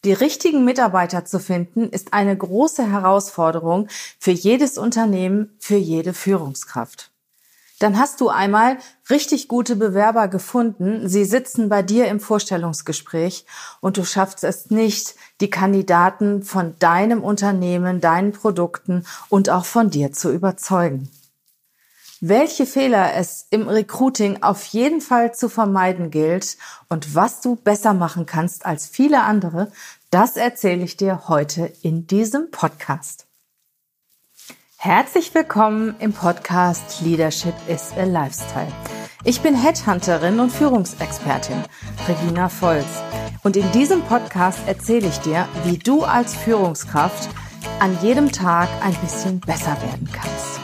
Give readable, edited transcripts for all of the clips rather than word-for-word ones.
Die richtigen Mitarbeiter zu finden, ist eine große Herausforderung für jedes Unternehmen, für jede Führungskraft. Dann hast du einmal richtig gute Bewerber gefunden, sie sitzen bei dir im Vorstellungsgespräch und du schaffst es nicht, die Kandidaten von deinem Unternehmen, deinen Produkten und auch von dir zu überzeugen. Welche Fehler es im Recruiting auf jeden Fall zu vermeiden gilt und was du besser machen kannst als viele andere, das erzähle ich dir heute in diesem Podcast. Herzlich willkommen im Podcast Leadership is a Lifestyle. Ich bin Headhunterin und Führungsexpertin Regina Volz und in diesem Podcast erzähle ich dir, wie du als Führungskraft an jedem Tag ein bisschen besser werden kannst.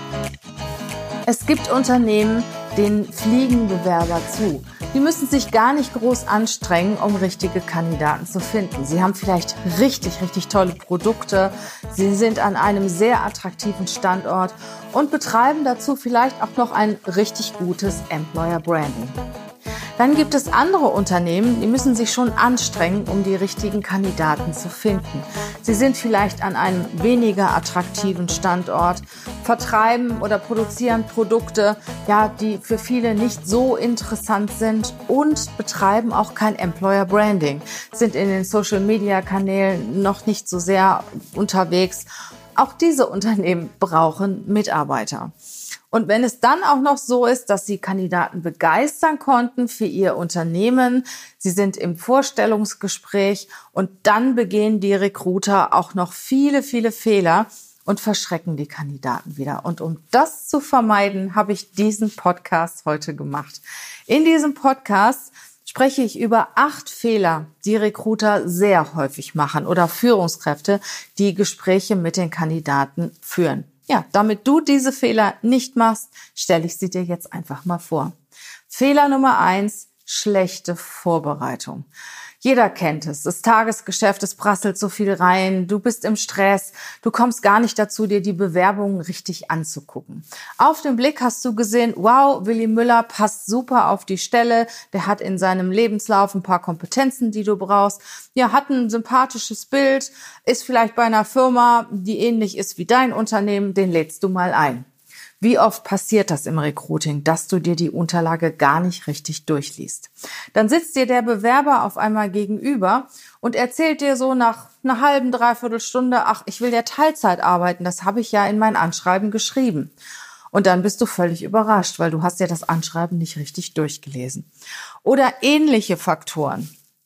Es gibt Unternehmen, denen fliegen Bewerber zu. Die müssen sich gar nicht groß anstrengen, um richtige Kandidaten zu finden. Sie haben vielleicht richtig tolle Produkte. Sie sind an einem sehr attraktiven Standort und betreiben dazu vielleicht auch noch ein richtig gutes Employer Branding. Dann gibt es andere Unternehmen, die müssen sich schon anstrengen, um die richtigen Kandidaten zu finden. Sie sind vielleicht an einem weniger attraktiven Standort, vertreiben oder produzieren Produkte, die für viele nicht so interessant sind und betreiben auch kein Employer Branding, sind in den Social Media Kanälen noch nicht so sehr unterwegs. Auch diese Unternehmen brauchen Mitarbeiter. Und wenn es dann auch noch so ist, dass Sie Kandidaten begeistern konnten für Ihr Unternehmen, Sie sind im Vorstellungsgespräch und dann begehen die Recruiter auch noch viele Fehler und verschrecken die Kandidaten wieder. Und um das zu vermeiden, habe ich diesen Podcast heute gemacht. In diesem Podcast spreche ich über 8 Fehler, die Recruiter sehr häufig machen oder Führungskräfte, die Gespräche mit den Kandidaten führen. Ja, damit du diese Fehler nicht machst, stelle ich sie dir jetzt einfach mal vor. Fehler Nummer 1, schlechte Vorbereitung. Jeder kennt es. Das Tagesgeschäft, es prasselt so viel rein. Du bist im Stress. Du kommst gar nicht dazu, dir die Bewerbungen richtig anzugucken. Auf den Blick hast du gesehen, wow, Willi Müller passt super auf die Stelle. Der hat in seinem Lebenslauf ein paar Kompetenzen, die du brauchst. Ja, hat ein sympathisches Bild, ist vielleicht bei einer Firma, die ähnlich ist wie dein Unternehmen. Den lädst du mal ein. Wie oft passiert das im Recruiting, dass du dir die Unterlage gar nicht richtig durchliest? Dann sitzt dir der Bewerber auf einmal gegenüber und erzählt dir so nach einer halben, dreiviertel Stunde, ach, ich will ja Teilzeit arbeiten, das habe ich ja in mein Anschreiben geschrieben. Und dann bist du völlig überrascht, weil du hast ja das Anschreiben nicht richtig durchgelesen. Oder ähnliche Faktoren.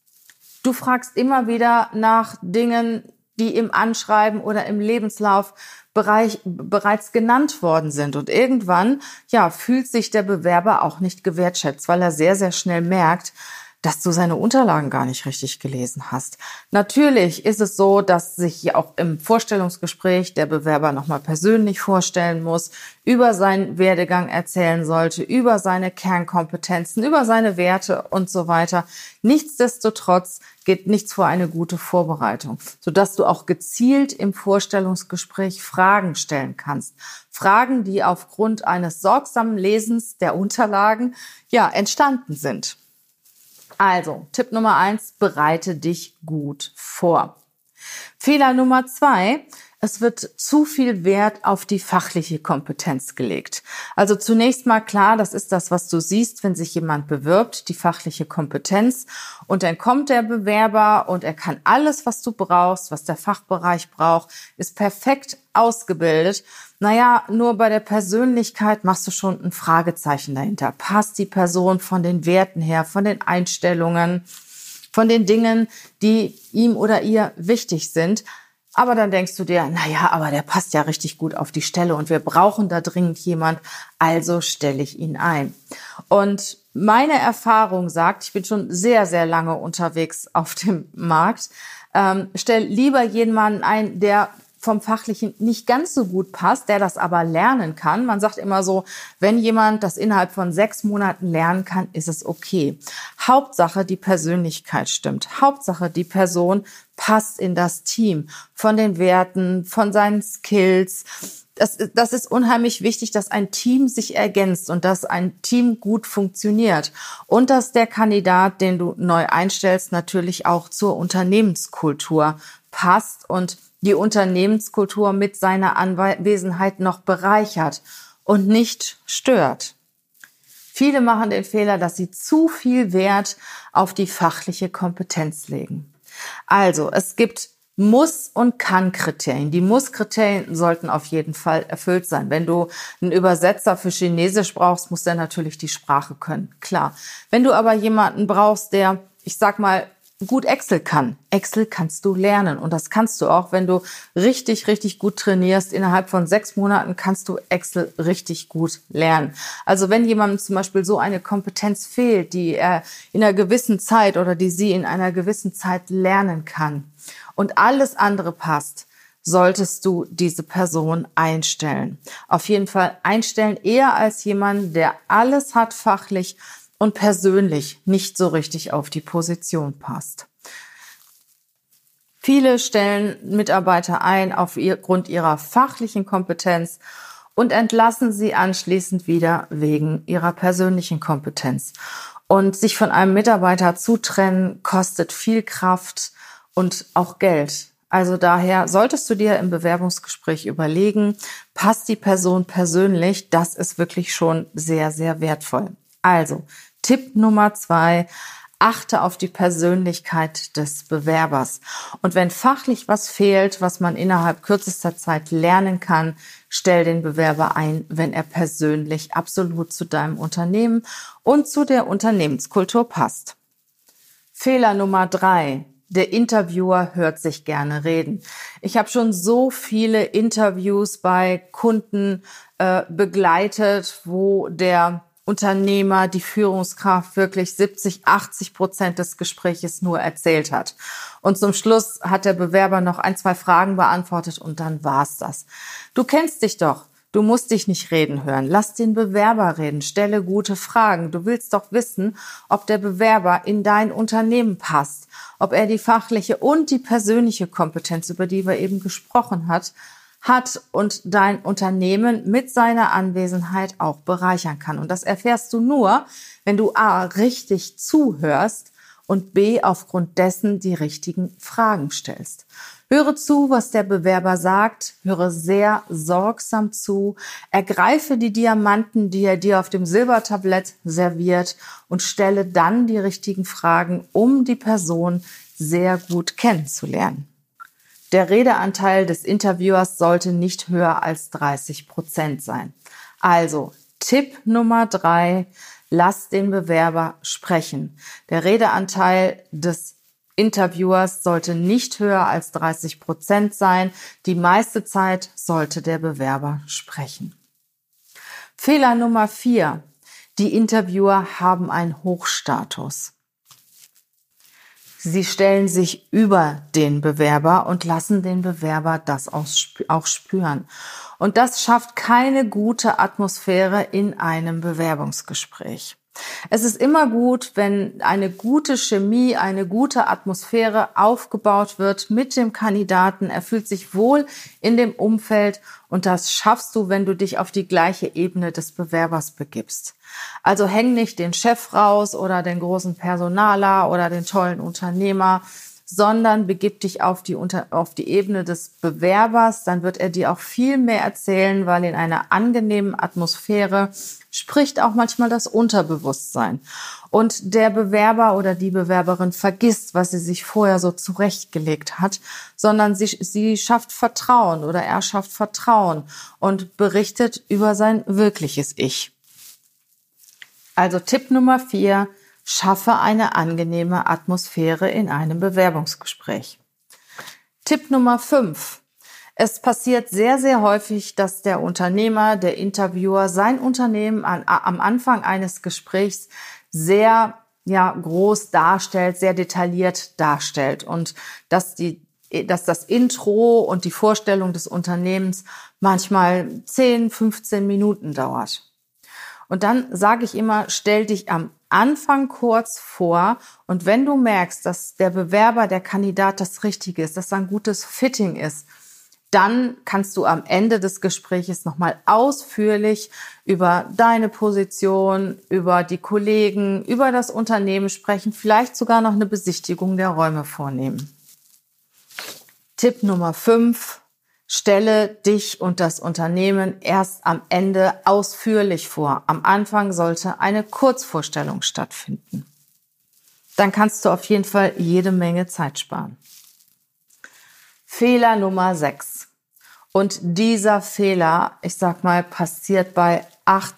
Du fragst immer wieder nach Dingen, die im Anschreiben oder im Lebenslauf bereits genannt worden sind. Und irgendwann, fühlt sich der Bewerber auch nicht gewertschätzt, weil er sehr schnell merkt, dass du seine Unterlagen gar nicht richtig gelesen hast. Natürlich ist es so, dass sich auch im Vorstellungsgespräch der Bewerber nochmal persönlich vorstellen muss, über seinen Werdegang erzählen sollte, über seine Kernkompetenzen, über seine Werte und so weiter. Nichtsdestotrotz geht nichts vor eine gute Vorbereitung, sodass du auch gezielt im Vorstellungsgespräch Fragen stellen kannst. Fragen, die aufgrund eines sorgsamen Lesens der Unterlagen entstanden sind. Also, Tipp Nummer 1, bereite dich gut vor. Fehler Nummer 2, es wird zu viel Wert auf die fachliche Kompetenz gelegt. Also zunächst mal klar, das ist das, was du siehst, wenn sich jemand bewirbt, die fachliche Kompetenz. Und dann kommt der Bewerber und er kann alles, was du brauchst, was der Fachbereich braucht, ist perfekt ausgebildet. Nur bei der Persönlichkeit machst du schon ein Fragezeichen dahinter. Passt die Person von den Werten her, von den Einstellungen, von den Dingen, die ihm oder ihr wichtig sind? Aber dann denkst du dir, aber der passt ja richtig gut auf die Stelle und wir brauchen da dringend jemand, also stelle ich ihn ein. Und meine Erfahrung sagt, ich bin schon sehr lange unterwegs auf dem Markt, stell lieber jemanden ein, der vom Fachlichen nicht ganz so gut passt, der das aber lernen kann. Man sagt immer so, wenn jemand das innerhalb von 6 Monaten lernen kann, ist es okay. Hauptsache, die Persönlichkeit stimmt. Hauptsache, die Person passt in das Team. Von den Werten, von seinen Skills. Das ist unheimlich wichtig, dass ein Team sich ergänzt und dass ein Team gut funktioniert. Und dass der Kandidat, den du neu einstellst, natürlich auch zur Unternehmenskultur passt und die Unternehmenskultur mit seiner Anwesenheit noch bereichert und nicht stört. Viele machen den Fehler, dass sie zu viel Wert auf die fachliche Kompetenz legen. Also, es gibt Muss- und Kann-Kriterien. Die Muss-Kriterien sollten auf jeden Fall erfüllt sein. Wenn du einen Übersetzer für Chinesisch brauchst, muss der natürlich die Sprache können. Klar. Wenn du aber jemanden brauchst, der, ich sag mal, gut Excel kann. Excel kannst du lernen. Und das kannst du auch, wenn du richtig, richtig gut trainierst. Innerhalb von 6 Monaten kannst du Excel richtig gut lernen. Also wenn jemandem zum Beispiel so eine Kompetenz fehlt, die er in einer gewissen Zeit oder die sie in einer gewissen Zeit lernen kann und alles andere passt, solltest du diese Person einstellen. Auf jeden Fall einstellen, eher als jemanden, der alles hat fachlich und persönlich nicht so richtig auf die Position passt. Viele stellen Mitarbeiter ein aufgrund ihrer fachlichen Kompetenz und entlassen sie anschließend wieder wegen ihrer persönlichen Kompetenz. Und sich von einem Mitarbeiter zu trennen, kostet viel Kraft und auch Geld. Also daher solltest du dir im Bewerbungsgespräch überlegen, passt die Person persönlich? Das ist wirklich schon sehr, sehr wertvoll. Also, Tipp Nummer 2, achte auf die Persönlichkeit des Bewerbers. Und wenn fachlich was fehlt, was man innerhalb kürzester Zeit lernen kann, stell den Bewerber ein, wenn er persönlich absolut zu deinem Unternehmen und zu der Unternehmenskultur passt. Fehler Nummer 3. Der Interviewer hört sich gerne reden. Ich habe schon so viele Interviews bei Kunden begleitet, wo der Unternehmer, die Führungskraft wirklich 70-80% des Gespräches nur erzählt hat. Und zum Schluss hat der Bewerber noch 1-2 Fragen beantwortet und dann war's das. Du kennst dich doch. Du musst dich nicht reden hören. Lass den Bewerber reden. Stelle gute Fragen. Du willst doch wissen, ob der Bewerber in dein Unternehmen passt, ob er die fachliche und die persönliche Kompetenz, über die wir eben gesprochen hat und dein Unternehmen mit seiner Anwesenheit auch bereichern kann. Und das erfährst du nur, wenn du A, richtig zuhörst und B, aufgrund dessen die richtigen Fragen stellst. Höre zu, was der Bewerber sagt, höre sehr sorgsam zu, ergreife die Diamanten, die er dir auf dem Silbertablett serviert und stelle dann die richtigen Fragen, um die Person sehr gut kennenzulernen. Der Redeanteil des Interviewers sollte nicht höher als 30% sein. Also Tipp Nummer 3, lass den Bewerber sprechen. Der Redeanteil des Interviewers sollte nicht höher als 30% sein. Die meiste Zeit sollte der Bewerber sprechen. Fehler Nummer 4. Die Interviewer haben einen Hochstatus. Sie stellen sich über den Bewerber und lassen den Bewerber das auch spüren. Und das schafft keine gute Atmosphäre in einem Bewerbungsgespräch. Es ist immer gut, wenn eine gute Chemie, eine gute Atmosphäre aufgebaut wird mit dem Kandidaten. Er fühlt sich wohl in dem Umfeld und das schaffst du, wenn du dich auf die gleiche Ebene des Bewerbers begibst. Also häng nicht den Chef raus oder den großen Personaler oder den tollen Unternehmer, sondern begib dich auf die Ebene des Bewerbers. Dann wird er dir auch viel mehr erzählen, weil in einer angenehmen Atmosphäre spricht auch manchmal das Unterbewusstsein. Und der Bewerber oder die Bewerberin vergisst, was sie sich vorher so zurechtgelegt hat, sondern sie schafft Vertrauen oder er schafft Vertrauen und berichtet über sein wirkliches Ich. Also Tipp Nummer 4, schaffe eine angenehme Atmosphäre in einem Bewerbungsgespräch. Tipp Nummer 5. Es passiert sehr, sehr häufig, dass der Unternehmer, der Interviewer sein Unternehmen am Anfang eines Gesprächs sehr groß darstellt, sehr detailliert darstellt und dass die dass das Intro und die Vorstellung des Unternehmens manchmal 10, 15 Minuten dauert. Und dann sage ich immer, stell dich am Anfang kurz vor und wenn du merkst, dass der Bewerber, der Kandidat das Richtige ist, dass da ein gutes Fitting ist, dann kannst du am Ende des Gespräches nochmal ausführlich über deine Position, über die Kollegen, über das Unternehmen sprechen, vielleicht sogar noch eine Besichtigung der Räume vornehmen. Tipp Nummer 5. Stelle dich und das Unternehmen erst am Ende ausführlich vor. Am Anfang sollte eine Kurzvorstellung stattfinden. Dann kannst du auf jeden Fall jede Menge Zeit sparen. Fehler Nummer 6. Und dieser Fehler, ich sag mal, passiert bei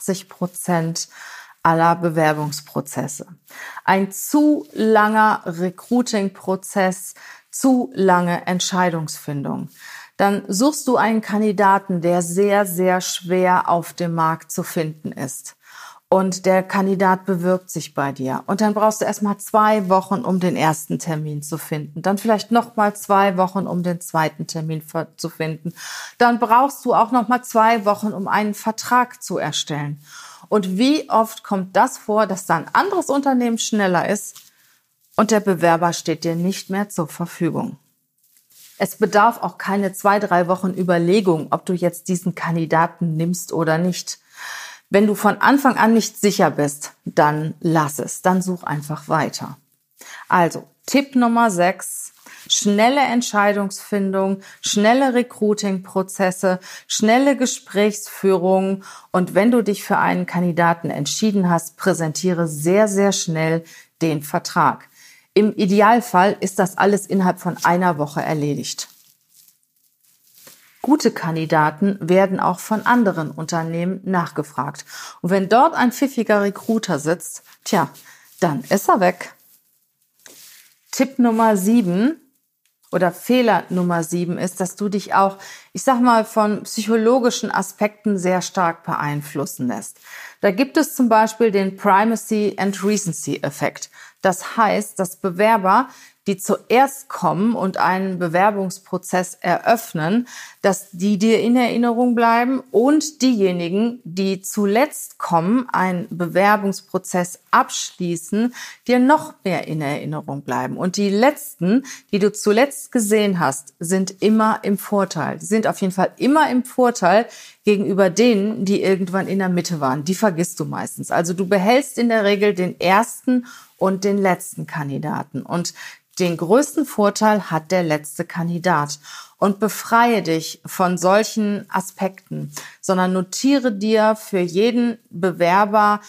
80% aller Bewerbungsprozesse. Ein zu langer Recruiting-Prozess, zu lange Entscheidungsfindung. Dann suchst du einen Kandidaten, der sehr, sehr schwer auf dem Markt zu finden ist. Und der Kandidat bewirbt sich bei dir. Und dann brauchst du erstmal 2 Wochen, um den ersten Termin zu finden. Dann vielleicht nochmal 2 Wochen, um den zweiten Termin zu finden. Dann brauchst du auch nochmal 2 Wochen, um einen Vertrag zu erstellen. Und wie oft kommt das vor, dass da ein anderes Unternehmen schneller ist und der Bewerber steht dir nicht mehr zur Verfügung? Es bedarf auch keine 2, 3 Wochen Überlegung, ob du jetzt diesen Kandidaten nimmst oder nicht. Wenn du von Anfang an nicht sicher bist, dann lass es, dann such einfach weiter. Also, Tipp Nummer 6, schnelle Entscheidungsfindung, schnelle Recruiting-Prozesse, schnelle Gesprächsführung und wenn du dich für einen Kandidaten entschieden hast, präsentiere sehr, sehr schnell den Vertrag. Im Idealfall ist das alles innerhalb von 1 Woche erledigt. Gute Kandidaten werden auch von anderen Unternehmen nachgefragt. Und wenn dort ein pfiffiger Recruiter sitzt, dann ist er weg. Tipp Nummer 7 oder Fehler Nummer 7 ist, dass du dich auch, ich sag mal, von psychologischen Aspekten sehr stark beeinflussen lässt. Da gibt es zum Beispiel den Primacy and Recency Effekt. Das heißt, dass Bewerber, die zuerst kommen und einen Bewerbungsprozess eröffnen, dass die dir in Erinnerung bleiben und diejenigen, die zuletzt kommen, einen Bewerbungsprozess abschließen, dir noch mehr in Erinnerung bleiben. Und die letzten, die du zuletzt gesehen hast, sind immer im Vorteil. Die sind auf jeden Fall immer im Vorteil gegenüber denen, die irgendwann in der Mitte waren. Die vergisst du meistens. Also du behältst in der Regel den ersten und den letzten Kandidaten. Und den größten Vorteil hat der letzte Kandidat. Und befreie dich von solchen Aspekten, sondern notiere dir für jeden Bewerber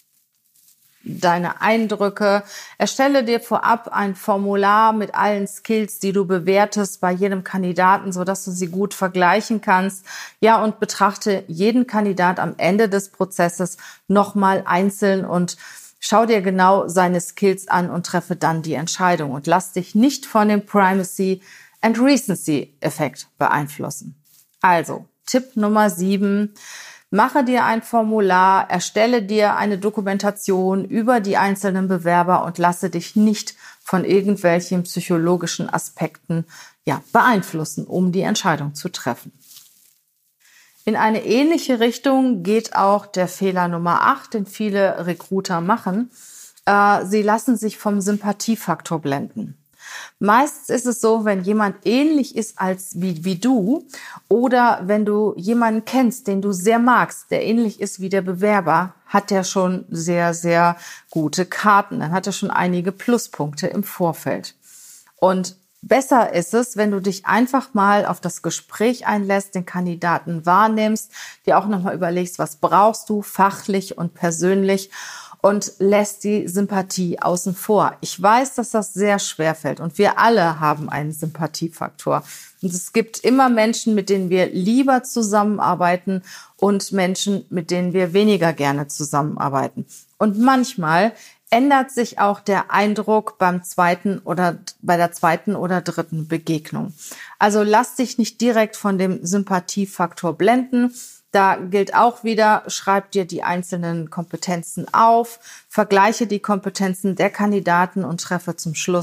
deine Eindrücke. Erstelle dir vorab ein Formular mit allen Skills, die du bewertest bei jedem Kandidaten, sodass du sie gut vergleichen kannst. Ja, und betrachte jeden Kandidat am Ende des Prozesses nochmal einzeln und schau dir genau seine Skills an und treffe dann die Entscheidung und lass dich nicht von dem Primacy and Recency Effekt beeinflussen. Also, Tipp Nummer 7, mache dir ein Formular, erstelle dir eine Dokumentation über die einzelnen Bewerber und lasse dich nicht von irgendwelchen psychologischen Aspekten beeinflussen, um die Entscheidung zu treffen. In eine ähnliche Richtung geht auch der Fehler Nummer 8, den viele Recruiter machen. Sie lassen sich vom Sympathiefaktor blenden. Meistens ist es so, wenn jemand ähnlich ist wie du oder wenn du jemanden kennst, den du sehr magst, der ähnlich ist wie der Bewerber, hat der schon sehr, sehr gute Karten. Dann hat er schon einige Pluspunkte im Vorfeld. Und besser ist es, wenn du dich einfach mal auf das Gespräch einlässt, den Kandidaten wahrnimmst, dir auch nochmal überlegst, was brauchst du fachlich und persönlich und lässt die Sympathie außen vor. Ich weiß, dass das sehr schwer fällt und wir alle haben einen Sympathiefaktor. Und es gibt immer Menschen, mit denen wir lieber zusammenarbeiten und Menschen, mit denen wir weniger gerne zusammenarbeiten. Und manchmal ändert sich auch der Eindruck bei der zweiten oder dritten Begegnung. Also lass dich nicht direkt von dem Sympathiefaktor blenden. Da gilt auch wieder, schreib dir die einzelnen Kompetenzen auf, vergleiche die Kompetenzen der Kandidaten und treffe zum Schluss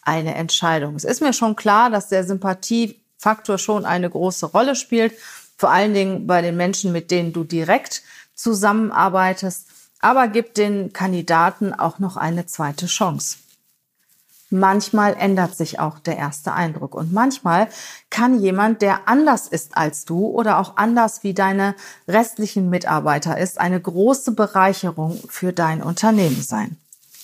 eine Entscheidung. Es ist mir schon klar, dass der Sympathiefaktor schon eine große Rolle spielt, vor allen Dingen bei den Menschen, mit denen du direkt zusammenarbeitest, aber gib den Kandidaten auch noch eine zweite Chance. Manchmal ändert sich auch der erste Eindruck und manchmal kann jemand, der anders ist als du oder auch anders wie deine restlichen Mitarbeiter ist, eine große Bereicherung für dein Unternehmen sein.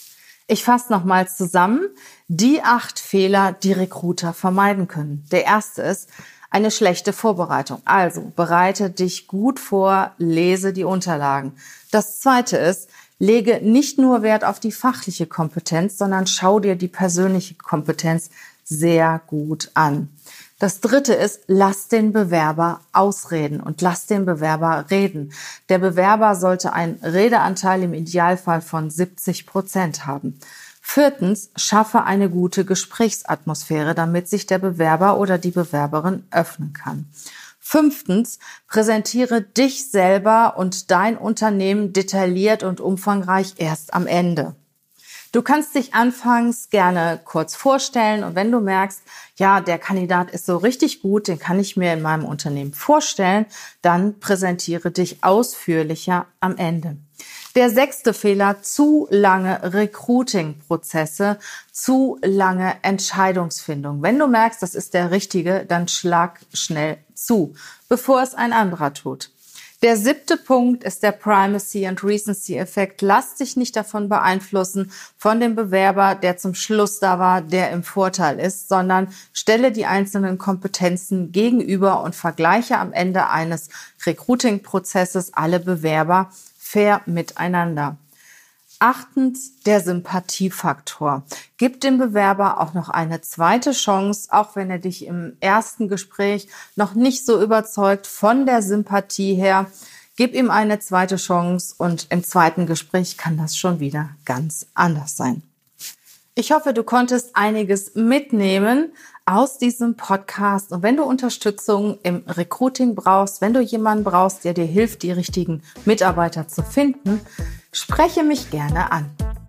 Ich fasse nochmals zusammen die 8 Fehler, die Recruiter vermeiden können. Der erste ist eine schlechte Vorbereitung. Also bereite dich gut vor, lese die Unterlagen. Das zweite ist, lege nicht nur Wert auf die fachliche Kompetenz, sondern schau dir die persönliche Kompetenz sehr gut an. Das dritte ist, lass den Bewerber ausreden und lass den Bewerber reden. Der Bewerber sollte einen Redeanteil im Idealfall von 70% haben. Viertens, schaffe eine gute Gesprächsatmosphäre, damit sich der Bewerber oder die Bewerberin öffnen kann. Fünftens, präsentiere dich selber und dein Unternehmen detailliert und umfangreich erst am Ende. Du kannst dich anfangs gerne kurz vorstellen und wenn du merkst, ja, der Kandidat ist so richtig gut, den kann ich mir in meinem Unternehmen vorstellen, dann präsentiere dich ausführlicher am Ende. Der 6. Fehler, zu lange Recruiting-Prozesse, zu lange Entscheidungsfindung. Wenn du merkst, das ist der Richtige, dann schlag schnell zu, bevor es ein anderer tut. Der 7. Punkt ist der Primacy and Recency-Effekt. Lass dich nicht davon beeinflussen von dem Bewerber, der zum Schluss da war, der im Vorteil ist, sondern stelle die einzelnen Kompetenzen gegenüber und vergleiche am Ende eines Recruiting-Prozesses alle Bewerber fair miteinander. 8. der Sympathiefaktor. Gib dem Bewerber auch noch eine zweite Chance, auch wenn er dich im ersten Gespräch noch nicht so überzeugt von der Sympathie her. Gib ihm eine zweite Chance und im zweiten Gespräch kann das schon wieder ganz anders sein. Ich hoffe, du konntest einiges mitnehmen aus diesem Podcast. Und wenn du Unterstützung im Recruiting brauchst, wenn du jemanden brauchst, der dir hilft, die richtigen Mitarbeiter zu finden, spreche mich gerne an.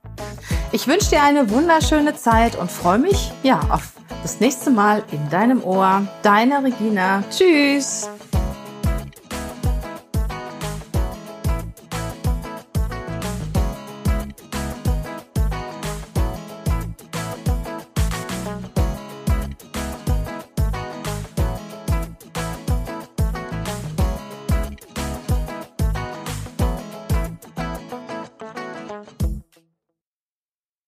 Ich wünsche dir eine wunderschöne Zeit und freue mich, auf das nächste Mal in deinem Ohr. Deine Regina. Tschüss.